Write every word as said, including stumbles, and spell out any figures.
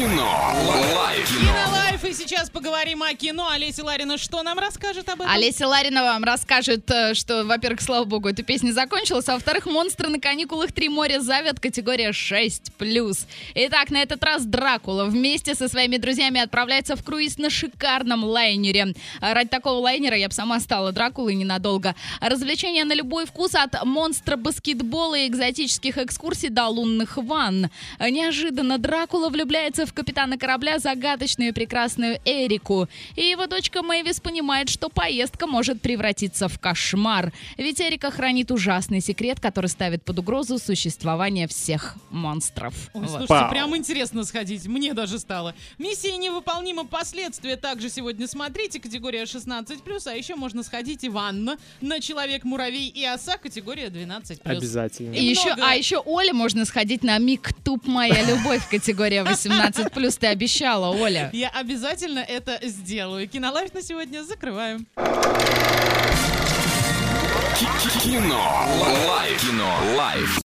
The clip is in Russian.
Кино. Лайф. Кинолайф, и сейчас поговорим о кино. Олеся Ларина что нам расскажет об этом? Олеся Ларина вам расскажет, что, во-первых, слава богу, эта песня закончилась, а во-вторых, «Монстры на каникулах. Три моря зовет», категория шесть плюс. Итак, на этот раз Дракула вместе со своими друзьями отправляется в круиз на шикарном лайнере. Ради такого лайнера я бы сама стала Дракулой ненадолго. Развлечения на любой вкус, от монстра баскетбола и экзотических экскурсий до лунных ванн. Неожиданно Дракула влюбляется в капитана корабля, загадочную и прекрасную Эрику. И его дочка Мэвис понимает, что поездка может превратиться в кошмар. Ведь Эрика хранит ужасный секрет, который ставит под угрозу существование всех монстров. Ой, Вот. слушайте, Пау. прям интересно сходить. Мне даже стало. Миссия невыполнима, последствия также сегодня смотрите. Категория шестнадцать плюс, а еще можно сходить и ванна на Человек-муравей и оса, категория двенадцать плюс. Обязательно. И еще, много- а еще Оля можно сходить на «Миктуб. Моя любовь», категория восемнадцать плюс. Ты обещала, Оля. Я обязательно это сделаю. Кинолайф на сегодня закрываем. Кино. Лайф. Кино. Лайф.